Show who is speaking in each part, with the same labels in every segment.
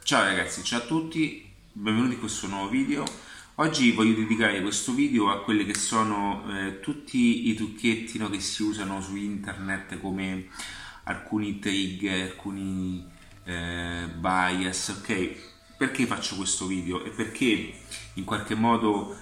Speaker 1: Ciao ragazzi, ciao a tutti, benvenuti in questo nuovo video. Oggi voglio dedicare questo video a quelli che sono tutti i trucchetti, no, che si usano su internet, come alcuni trigger, alcuni bias, ok? Perché faccio questo video? E perché in qualche modo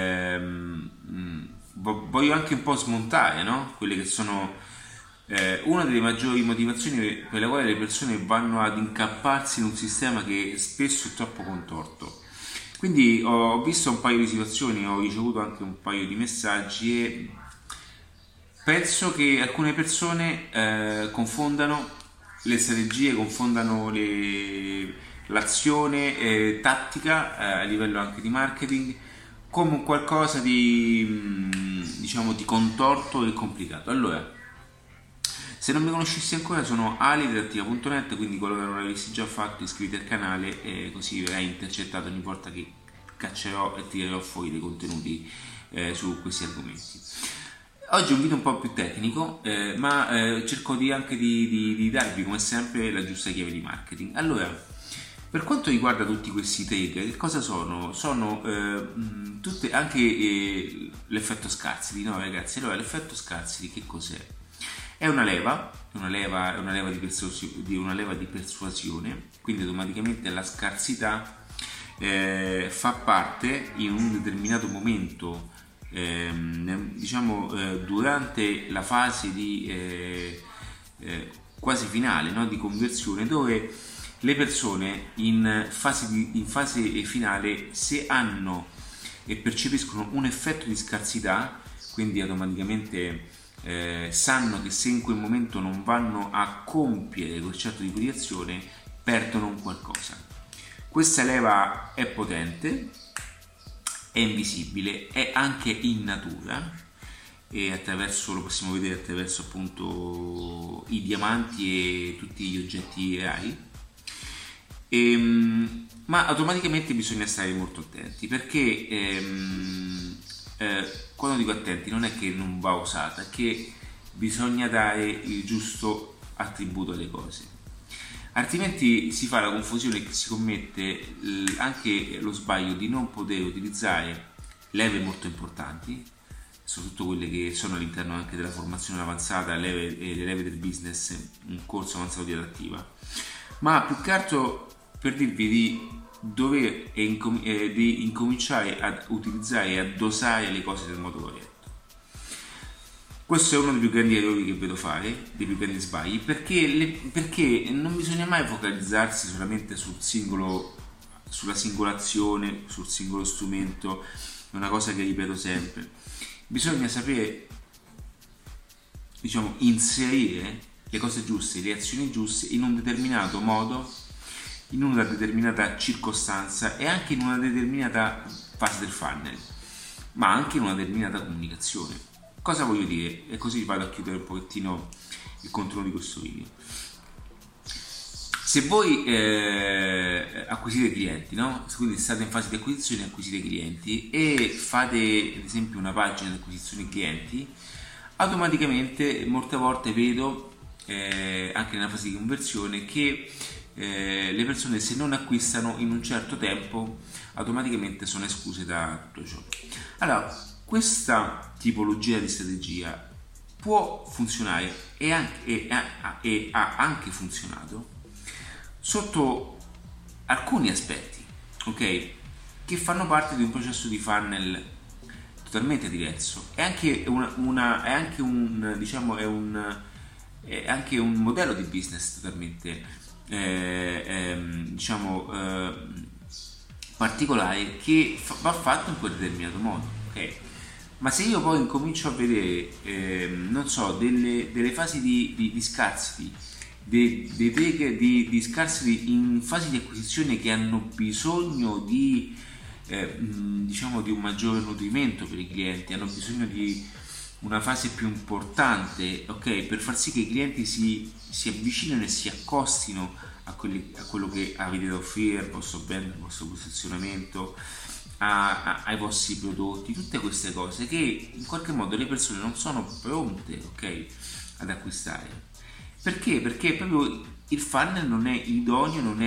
Speaker 1: voglio anche un po' smontare, no? Quelle che sono una delle maggiori motivazioni per le quali le persone vanno ad incapparsi in un sistema che spesso è troppo contorto. Quindi ho visto un paio di situazioni, ho ricevuto anche un paio di messaggi e penso che alcune persone confondano le strategie, confondano l'azione tattica a livello anche di marketing come un qualcosa di diciamo di contorto e complicato. Allora, se non mi conoscessi ancora, sono ali.attiva.net, quindi quello che non avessi già fatto, iscriviti al canale, e così verrai intercettato ogni volta che caccerò e tirerò fuori dei contenuti su questi argomenti. Oggi è un video un po' più tecnico, ma cerco anche di darvi come sempre la giusta chiave di marketing. Allora, per quanto riguarda tutti questi trigger, che cosa sono? Sono tutte anche l'effetto scarsity, no ragazzi? Allora, l'effetto scarsity che cos'è? È una leva di persuasione, quindi automaticamente la scarsità fa parte in un determinato momento, durante la fase di quasi finale, no? Di conversione, dove le persone in fase finale, se hanno e percepiscono un effetto di scarsità, quindi automaticamente sanno che se in quel momento non vanno a compiere quel certo tipo di azione, perdono un qualcosa. Questa leva è potente, è invisibile, è anche in natura, e lo possiamo vedere attraverso appunto i diamanti e tutti gli oggetti reali. Ma automaticamente bisogna stare molto attenti, perché quando dico attenti non è che non va usata, è che bisogna dare il giusto attributo alle cose, altrimenti si fa la confusione, che si commette anche lo sbaglio di non poter utilizzare leve molto importanti, soprattutto quelle che sono all'interno anche della formazione avanzata, le leve del business, un corso avanzato di adattiva, ma più che altro per dirvi di incominciare ad utilizzare e a dosare le cose nel modo corretto. Questo è uno dei più grandi errori che vedo fare, dei più grandi sbagli, perché non bisogna mai focalizzarsi solamente sulla singola azione, sul singolo strumento. È una cosa che ripeto sempre: bisogna sapere, inserire le cose giuste, le azioni giuste in un determinato modo, in una determinata circostanza e anche in una determinata fase del funnel, ma anche in una determinata comunicazione. Cosa voglio dire? E così vado a chiudere un pochettino il contenuto di questo video. Se voi acquisite clienti, no? Quindi state in fase di acquisizione, acquisite clienti e fate ad esempio una pagina di acquisizione clienti, automaticamente molte volte vedo anche nella fase di conversione che le persone, se non acquistano in un certo tempo, automaticamente sono escluse da tutto ciò. Allora, questa tipologia di strategia può funzionare e ha anche funzionato sotto alcuni aspetti, ok, che fanno parte di un processo di funnel totalmente diverso. È anche è anche un modello di business totalmente particolare, che va fatto in quel determinato modo, ok? Ma se io poi incomincio a vedere non so, delle fasi di scarsity, dei trigger di scarsity in fasi di acquisizione che hanno bisogno di un maggiore nutrimento per i clienti, hanno bisogno di una fase più importante, ok, per far sì che i clienti si avvicinino e si accostino a quello che avete da offrire, al vostro brand, al vostro posizionamento, ai vostri prodotti, tutte queste cose che in qualche modo le persone non sono pronte, ok, ad acquistare. Perché? Perché proprio il funnel non è idoneo, non è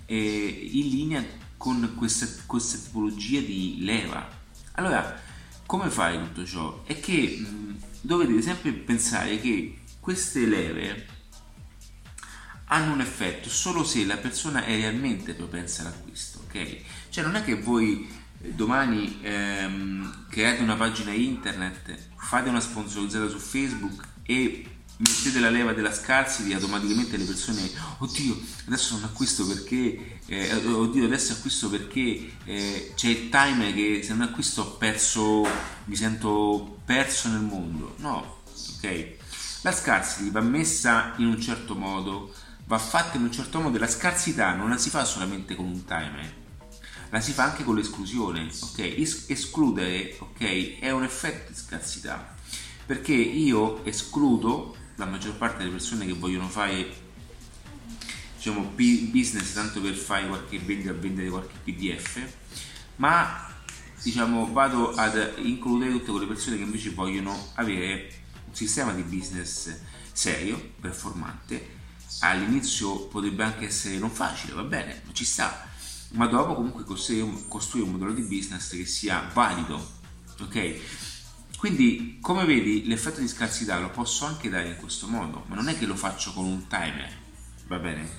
Speaker 1: in linea con questa tipologia di leva. Allora, come fai tutto ciò? È che dovete sempre pensare che queste leve hanno un effetto solo se la persona è realmente propensa all'acquisto, ok? Cioè non è che voi domani create una pagina internet, fate una sponsorizzata su Facebook e mettete la leva della scarsity, automaticamente le persone, oddio adesso non acquisto perché oddio adesso acquisto perché c'è il timer che se non acquisto ho perso, mi sento perso nel mondo. No, ok? La scarsity va messa in un certo modo, va fatta in un certo modo, e la scarsità non la si fa solamente con un timer, la si fa anche con l'esclusione, ok? Escludere, ok, è un effetto di scarsità, perché io escludo la maggior parte delle persone che vogliono fare, diciamo, business tanto per fare qualche vendere qualche PDF, ma diciamo vado ad includere tutte quelle persone che invece vogliono avere un sistema di business serio, performante. All'inizio potrebbe anche essere non facile, va bene, ma ci sta, ma dopo comunque costruire un modello di business che sia valido, ok? Quindi, come vedi, l'effetto di scarsità lo posso anche dare in questo modo, ma non è che lo faccio con un timer, va bene?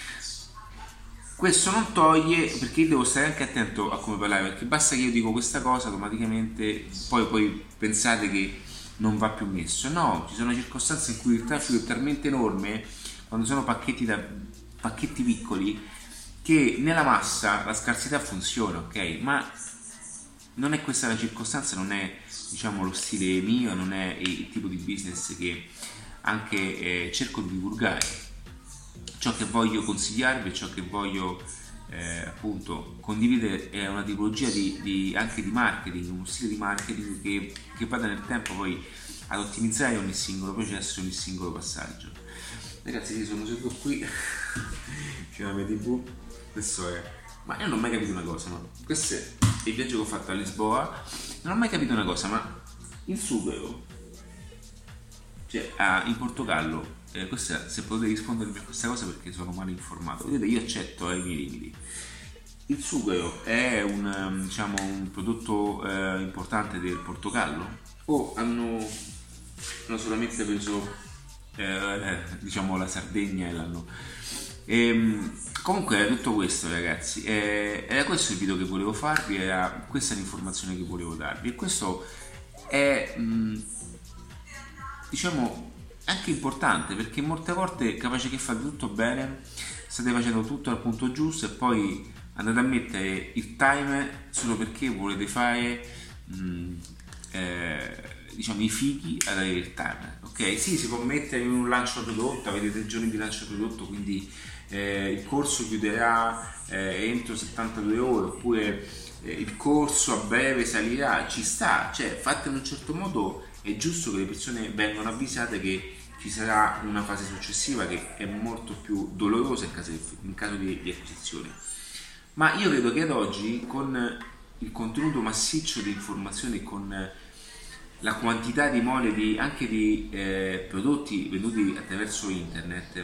Speaker 1: Questo non toglie, perché io devo stare anche attento a come parlare, perché basta che io dico questa cosa, automaticamente poi pensate che non va più messo. No, ci sono circostanze in cui il traffico è talmente enorme, quando sono pacchetti piccoli, che nella massa la scarsità funziona, ok? Ma non è questa la circostanza, non è, diciamo, lo stile mio, non è il tipo di business che anche cerco di divulgare. Ciò che voglio consigliarvi, ciò che voglio appunto condividere è una tipologia anche di marketing, uno stile di marketing che vada nel tempo poi ad ottimizzare ogni singolo processo, ogni singolo passaggio. Ragazzi, io sono seduto qui c'è una mia TV, questo è, ma io non ho mai capito una cosa, no? Questo è il viaggio che ho fatto a Lisboa, non ho mai capito una cosa, ma il sughero, cioè in Portogallo, questa, se potete rispondermi a questa cosa perché sono male informato, vedete, io accetto i miei limiti. Il sughero è diciamo, un prodotto importante del Portogallo, o hanno solamente preso diciamo la Sardegna e l'hanno comunque era tutto questo, ragazzi, era questo il video che volevo farvi, era questa l'informazione che volevo darvi, e questo è diciamo anche importante, perché molte volte capace che fate tutto bene, state facendo tutto al punto giusto e poi andate a mettere il timer solo perché volete fare diciamo i fighi ad avere il timer, ok? Sì, si può mettere in un lancio prodotto, avete 3 giorni di lancio prodotto, quindi il corso chiuderà entro 72 ore, oppure il corso a breve salirà, ci sta, cioè fatto in un certo modo, è giusto che le persone vengano avvisate che ci sarà una fase successiva che è molto più dolorosa in caso di acquisizione. Ma io credo che ad oggi, con il contenuto massiccio di informazioni, con la quantità di mole anche di prodotti venduti attraverso internet,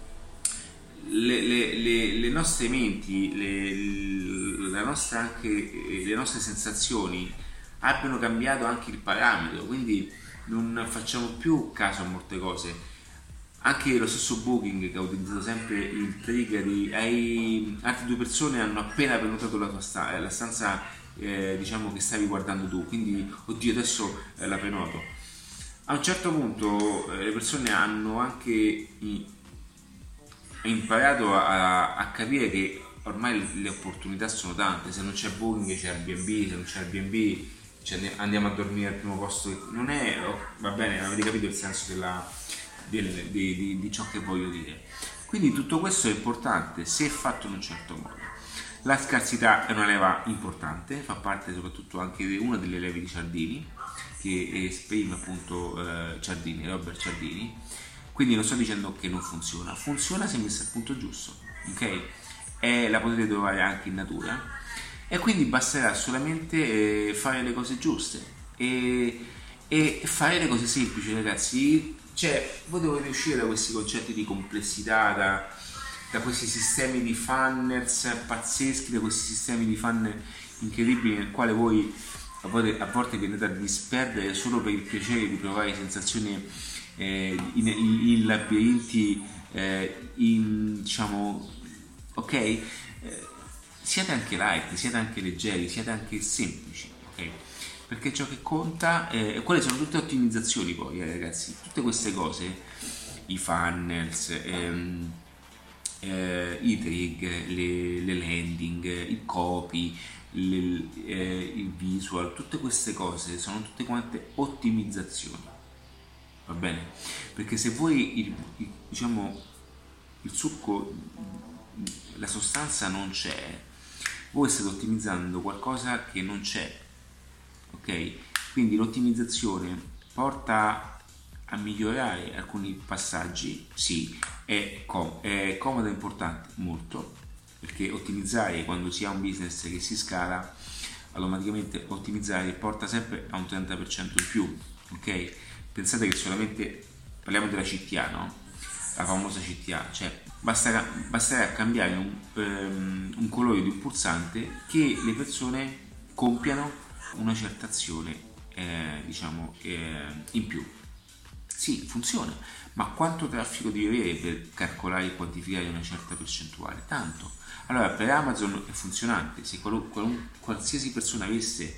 Speaker 1: le nostre menti, le nostre sensazioni abbiano cambiato anche il parametro, quindi non facciamo più caso a molte cose. Anche lo stesso Booking, che ha utilizzato sempre il trigger di altre 2 persone hanno appena prenotato la stanza diciamo che stavi guardando tu, quindi oddio adesso la prenoto. A un certo punto le persone hanno anche imparato a capire che ormai le opportunità sono tante, se non c'è Booking c'è Airbnb, se non c'è Airbnb andiamo a dormire al primo posto, non è, va bene, avete capito il senso di ciò che voglio dire. Quindi tutto questo è importante se fatto in un certo modo. La scarsità è una leva importante, fa parte soprattutto anche di una delle leve di Cialdini, che esprime appunto Robert Cialdini. Quindi non sto dicendo che non funziona, funziona se messa al punto giusto, ok? E la potete trovare anche in natura, e quindi basterà solamente fare le cose giuste e fare le cose semplici, ragazzi. Cioè, voi dovete uscire da questi concetti di complessità, da questi sistemi di funnels pazzeschi, da questi sistemi di funnel incredibili nel quale voi a volte vi andate a disperdere solo per il piacere di provare sensazioni in labirinti, diciamo, ok? Siate anche light, siate anche leggeri, siate anche semplici, ok? Perché ciò che conta, quelle sono tutte ottimizzazioni poi, ragazzi, tutte queste cose, i funnels, i trig, le landing, il copy, il visual, tutte queste cose sono tutte quante ottimizzazioni, va bene? Perché se voi diciamo il succo, la sostanza non c'è, voi state ottimizzando qualcosa che non c'è, ok? Quindi l'ottimizzazione porta a migliorare alcuni passaggi, sì, è comoda e importante, molto, perché ottimizzare quando si ha un business che si scala, automaticamente ottimizzare porta sempre a un 30% in più, ok? Pensate che solamente, parliamo della CTA, no? La famosa CTA, cioè basterà cambiare un colore di un pulsante che le persone compiano una certa azione, diciamo, in più. Sì, funziona, ma quanto traffico devi avere per calcolare e quantificare una certa percentuale? Tanto. Allora, per Amazon è funzionante, se qualsiasi persona avesse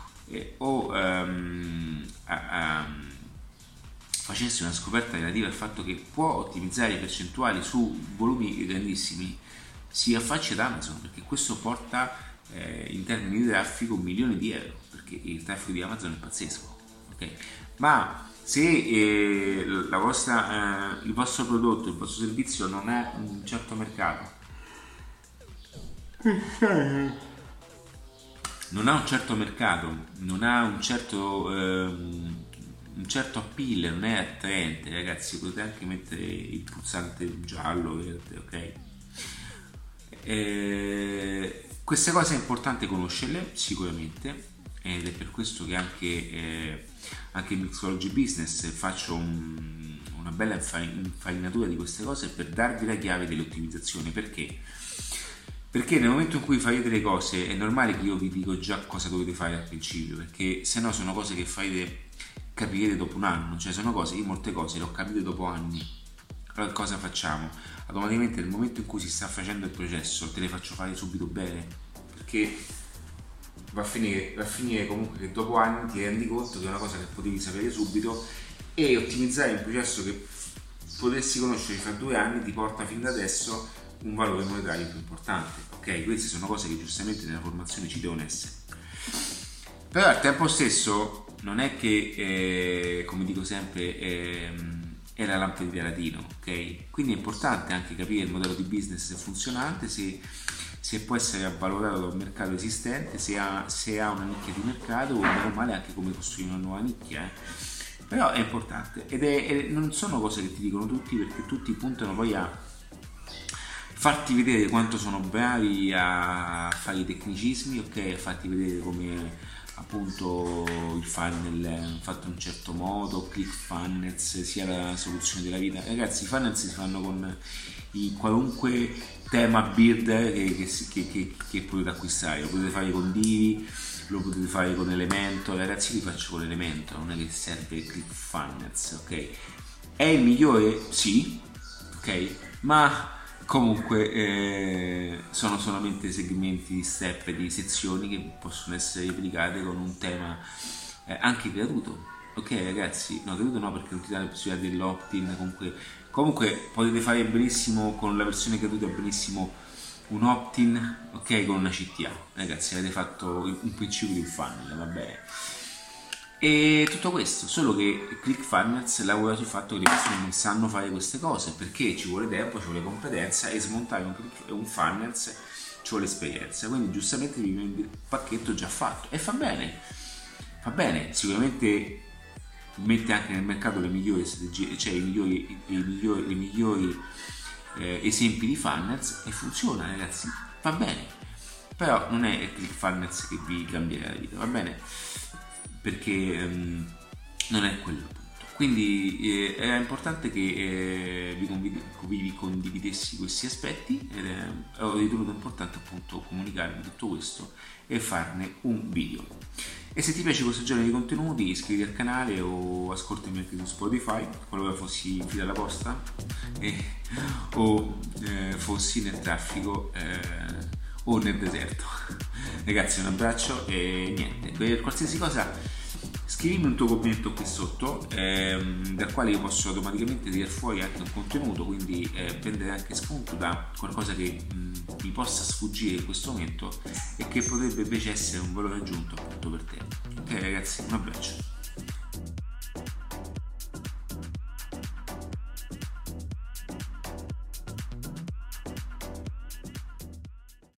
Speaker 1: facesse una scoperta relativa al fatto che può ottimizzare i percentuali su volumi grandissimi, si affaccia ad Amazon, perché questo porta in termini di traffico milioni di euro, perché il traffico di Amazon è pazzesco, ok? Ma se il vostro prodotto, il vostro servizio non è un certo mercato, non ha un certo mercato, non ha un certo appeal, non è attraente, ragazzi, potete anche mettere il pulsante giallo, verde, ok? Queste cose è importante conoscerle sicuramente, ed è per questo che anche in Mixology Business faccio una bella infarinatura di queste cose per darvi la chiave dell'ottimizzazione. Perché nel momento in cui farete le cose è normale che io vi dico già cosa dovete fare al principio, perché se no sono cose che capirete dopo un anno, cioè sono cose, io molte cose le ho capite dopo anni. Allora cosa facciamo? Automaticamente nel momento in cui si sta facendo il processo te le faccio fare subito bene, perché va a finire comunque che dopo anni ti rendi conto che è una cosa che potevi sapere subito, e ottimizzare un processo che potresti conoscere fra 2 anni ti porta fin da adesso un valore monetario più importante, ok? Queste sono cose che giustamente nella formazione ci devono essere, però al tempo stesso non è che come dico sempre è la lampada di Aladino, ok? Quindi è importante anche capire il modello di business funzionante, se può essere avvalorato da un mercato esistente, se ha una nicchia di mercato, o meno male anche come costruire una nuova nicchia, però è importante, ed non sono cose che ti dicono tutti, perché tutti puntano poi a farti vedere quanto sono bravi a fare i tecnicismi, ok? A farti vedere come appunto il funnel è fatto in un certo modo, ClickFunnels sia la soluzione della vita. Ragazzi, i funnel si fanno con qualunque tema builder che potete acquistare, lo potete fare con Divi, lo potete fare con Elementor. Ragazzi, li faccio con Elementor, non è che serve ClickFunnels, ok? È il migliore? Sì, ok? Ma comunque sono solamente segmenti di step e di sezioni che possono essere replicate con un tema anche gratuito, ok ragazzi? No, gratuito no, perché non ti dà la possibilità dell'opt-in. Comunque potete fare benissimo con la versione gratuita, benissimo un opt-in, ok, con una CTA. Ragazzi, avete fatto un principio di un funnel, va bene? E tutto questo, solo che ClickFunnels lavora sul fatto che le persone non sanno fare queste cose, perché ci vuole tempo, ci vuole competenza, e smontare un funnels ci vuole esperienza. Quindi giustamente vi vende il pacchetto già fatto, e fa bene, sicuramente mette anche nel mercato le migliori strategie, cioè i migliori esempi di funnels, e funziona, ragazzi, va bene. Però non è il ClickFunnels che vi cambierà la vita, va bene? Perché non è quello il punto. Quindi è importante che vi condividessi questi aspetti ed ho ritenuto importante appunto comunicarvi tutto questo e farne un video. E se ti piace questo genere di contenuti iscriviti al canale o ascoltami anche su Spotify qualora fossi in fila alla posta o fossi nel traffico o nel deserto. Ragazzi, un abbraccio e niente, per qualsiasi cosa scrivimi un tuo commento qui sotto dal quale io posso automaticamente tirare fuori anche un contenuto, quindi prendere anche spunto da qualcosa che mi possa sfuggire in questo momento e che potrebbe invece essere un valore aggiunto appunto per te. Ok ragazzi, un abbraccio.